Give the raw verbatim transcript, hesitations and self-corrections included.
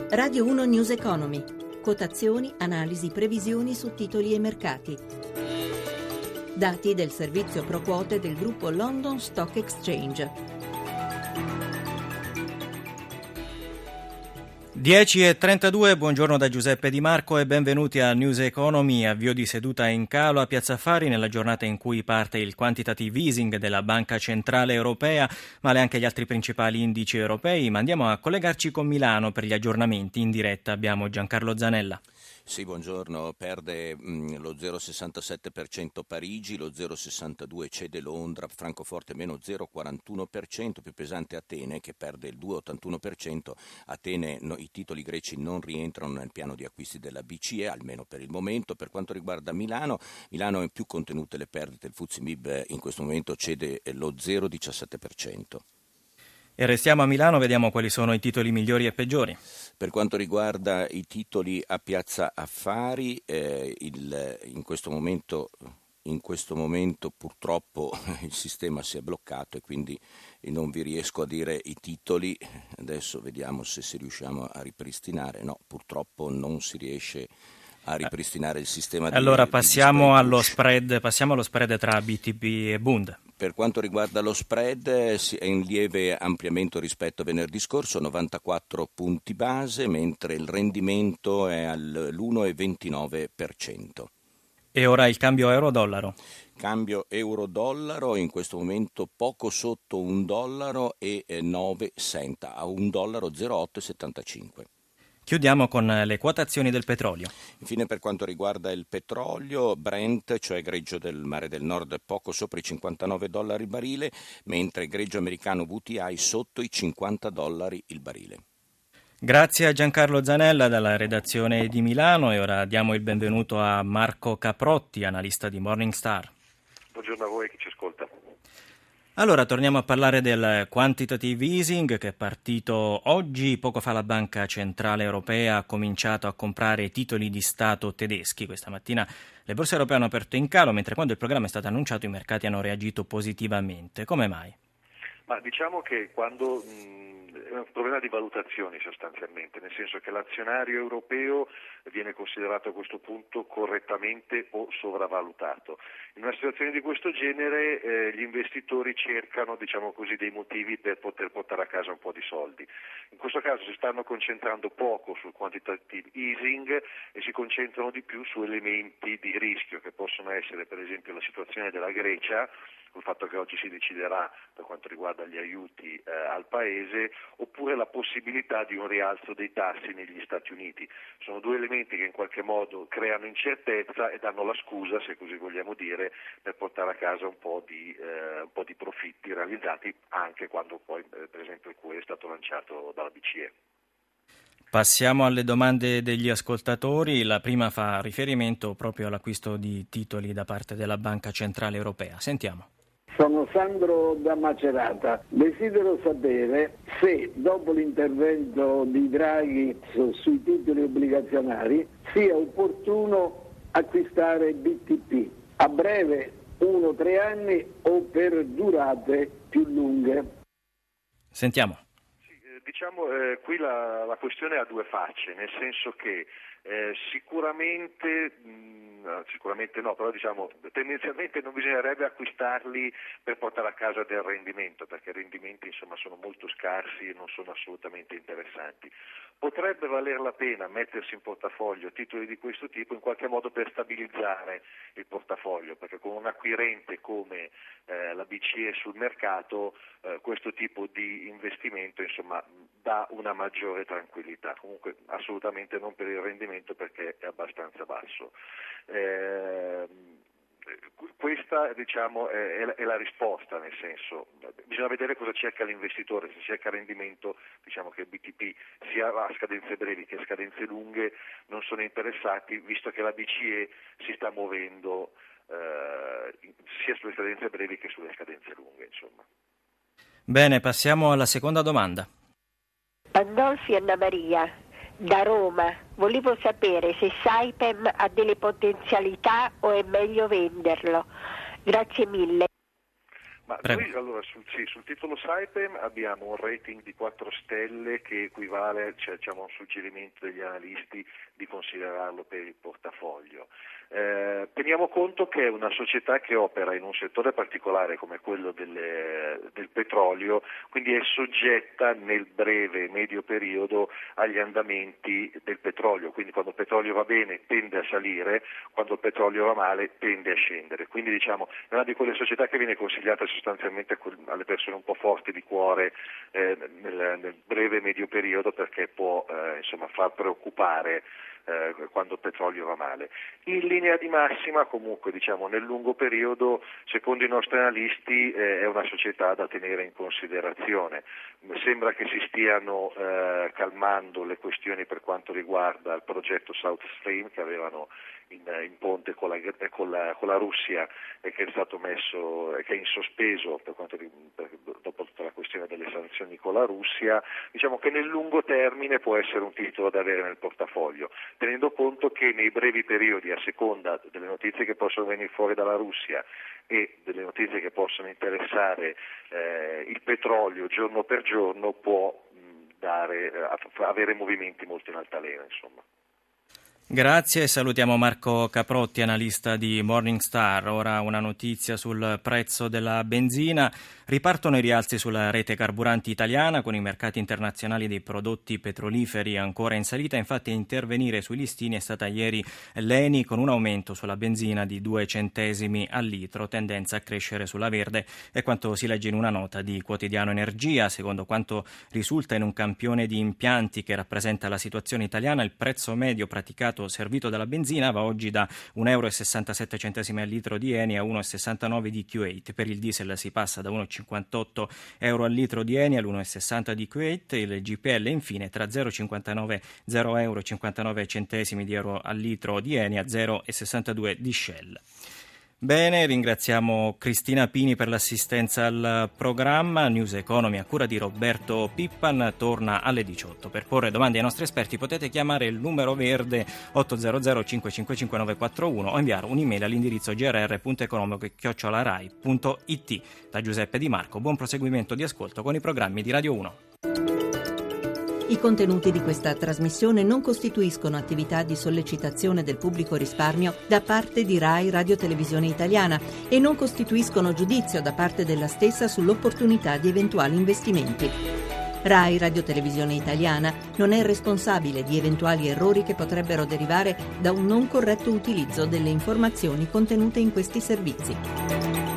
Radio uno News Economy. Quotazioni, analisi, previsioni su titoli e mercati. Dati del servizio pro quote del gruppo London Stock Exchange. dieci e trentadue, buongiorno da Giuseppe Di Marco e benvenuti a News Economy. Avvio di seduta in calo a Piazza Affari nella giornata in cui parte il quantitative easing della Banca Centrale Europea, male anche gli altri principali indici europei. Ma andiamo a collegarci con Milano per gli aggiornamenti. In diretta abbiamo Giancarlo Zanella. Sì, buongiorno. Perde mh, lo zero virgola sessantasette per cento Parigi, lo zero virgola sessantadue cede Londra, Francoforte meno zero virgola quarantuno per cento, più pesante Atene che perde il due virgola ottantuno per cento. Atene, no, i titoli greci non rientrano nel piano di acquisti della B C E, almeno per il momento. Per quanto riguarda Milano, Milano è più contenute le perdite, il F T S E M I B in questo momento cede lo zero virgola diciassette per cento. E restiamo a Milano, vediamo quali sono i titoli migliori e peggiori. Per quanto riguarda i titoli a Piazza Affari, eh, il, in questo momento, in questo momento purtroppo il sistema si è bloccato e quindi non vi riesco a dire i titoli. Adesso vediamo se si riusciamo a ripristinare. No, purtroppo non si riesce a ripristinare il sistema. Allora di, passiamo di allo spread, passiamo allo spread tra B T P e Bund. Per quanto riguarda lo spread, è in lieve ampliamento rispetto a venerdì scorso, novantaquattro punti base, mentre il rendimento è all'uno virgola ventinove per cento. E ora il cambio euro-dollaro. Cambio euro-dollaro in questo momento poco sotto un dollaro e nove cent, a un dollaro zero virgola otto settantacinque. Chiudiamo con le quotazioni del petrolio. Infine, per quanto riguarda il petrolio, Brent, cioè greggio del Mare del Nord, poco sopra i cinquantanove dollari il barile, mentre greggio americano W T I sotto i cinquanta dollari il barile. Grazie a Giancarlo Zanella dalla redazione di Milano e ora diamo il benvenuto a Marco Caprotti, analista di Morningstar. Buongiorno a voi, chi ci ascolta. Allora, torniamo a parlare del quantitative easing che è partito oggi. Poco fa la Banca Centrale Europea ha cominciato a comprare titoli di Stato tedeschi. Questa mattina le borse europee hanno aperto in calo, mentre quando il programma è stato annunciato i mercati hanno reagito positivamente. Come mai? Ma diciamo che quando mh, è un problema di valutazioni sostanzialmente, nel senso che l'azionario europeo viene considerato a questo punto correttamente o sopravvalutato. In una situazione di questo genere eh, gli investitori cercano, diciamo così, dei motivi per poter portare a casa un po' di soldi. In questo caso si stanno concentrando poco sul quantitative easing e si concentrano di più su elementi di rischio che possono essere per esempio la situazione della Grecia, col fatto che oggi si deciderà per quanto riguarda gli aiuti eh, al Paese, oppure la possibilità di un rialzo dei tassi negli Stati Uniti. Sono due elementi che in qualche modo creano incertezza e danno la scusa, se così vogliamo dire, per portare a casa un po' di, eh, un po' di profitti realizzati anche quando poi eh, per esempio il Q E è stato lanciato dalla B C E. Passiamo alle domande degli ascoltatori. La prima fa riferimento proprio all'acquisto di titoli da parte della Banca Centrale Europea. Sentiamo. Sono Sandro da Macerata. Desidero sapere se dopo l'intervento di Draghi su, sui titoli obbligazionari sia opportuno acquistare B T P a breve, uno tre anni o per durate più lunghe. Sentiamo. Sì, eh, diciamo eh, qui la, la questione ha due facce, nel senso che eh, sicuramente mh, sicuramente no, però diciamo tendenzialmente non bisognerebbe acquistarli per portare a casa del rendimento, perché i rendimenti insomma sono molto scarsi e non sono assolutamente interessanti. Potrebbe valer la pena mettersi in portafoglio titoli di questo tipo in qualche modo per stabilizzare il portafoglio, perché con un acquirente come eh, la B C E sul mercato eh, questo tipo di investimento insomma dà una maggiore tranquillità, comunque assolutamente non per il rendimento perché è abbastanza basso. Eh, Questa diciamo è, è la risposta, nel senso bisogna vedere cosa cerca l'investitore. Se cerca rendimento, diciamo che il B T P sia a scadenze brevi che a scadenze lunghe non sono interessati, visto che la B C E si sta muovendo eh, sia sulle scadenze brevi che sulle scadenze lunghe, insomma. Bene, passiamo alla seconda domanda. Pandolfi Anna Maria da Roma, volevo sapere se Saipem ha delle potenzialità o è meglio venderlo. Grazie mille. Ma noi allora sul, sì, sul titolo Saipem abbiamo un rating di quattro stelle che equivale, cioè diciamo un suggerimento degli analisti di considerarlo per il portafoglio. Eh, teniamo conto che è una società che opera in un settore particolare come quello delle, del petrolio, quindi è soggetta nel breve e medio periodo agli andamenti del petrolio, quindi quando il petrolio va bene tende a salire, quando il petrolio va male tende a scendere, quindi diciamo è una di quelle società che viene consigliata sostanzialmente alle persone un po' forti di cuore eh, nel, nel breve e medio periodo, perché può eh, insomma far preoccupare Eh, quando il petrolio va male. In linea di massima, comunque, diciamo nel lungo periodo, secondo i nostri analisti, eh, è una società da tenere in considerazione. Sembra che si stiano eh, calmando le questioni per quanto riguarda il progetto South Stream che avevano in, in ponte con la, con, la, con la Russia e che è stato messo, che è in sospeso per quanto, per, dopo tutta la questione delle sanzioni con la Russia. Diciamo che nel lungo termine può essere un titolo da avere nel portafoglio, tenendo conto che nei brevi periodi, a seconda delle notizie che possono venire fuori dalla Russia e delle notizie che possono interessare eh, il petrolio giorno per giorno, può mh, dare, eh, avere movimenti molto in altalena, insomma. Grazie, salutiamo Marco Caprotti, analista di Morningstar. Ora una notizia sul prezzo della benzina. Ripartono i rialzi sulla rete carburanti italiana, con i mercati internazionali dei prodotti petroliferi ancora in salita. Infatti a intervenire sui listini è stata ieri l'Eni, con un aumento sulla benzina di due centesimi al litro, tendenza a crescere sulla verde, è quanto si legge in una nota di Quotidiano Energia. Secondo quanto risulta in un campione di impianti che rappresenta la situazione italiana, il prezzo medio praticato servito dalla benzina va oggi da un euro e sessantasette centesimi al litro di Eni a uno e sessantanove di Kuwait. Per il diesel si passa da uno e cinquantotto euro al litro di Eni all'uno e sessanta di Kuwait. Il G P L infine tra zero euro e cinquantanove centesimi di euro al litro di Eni a zero e sessantadue di Shell. Bene, ringraziamo Cristina Pini per l'assistenza al programma. News Economy a cura di Roberto Pippan torna alle diciotto. Per porre domande ai nostri esperti potete chiamare il numero verde otto zero zero cinque cinque cinque nove quattro uno o inviare un'email all'indirizzo g r r punto economico chiocciola rai punto i t. Da Giuseppe Di Marco, buon proseguimento di ascolto con i programmi di Radio uno. I contenuti di questa trasmissione non costituiscono attività di sollecitazione del pubblico risparmio da parte di Rai Radio Televisione Italiana e non costituiscono giudizio da parte della stessa sull'opportunità di eventuali investimenti. Rai Radio Televisione Italiana non è responsabile di eventuali errori che potrebbero derivare da un non corretto utilizzo delle informazioni contenute in questi servizi.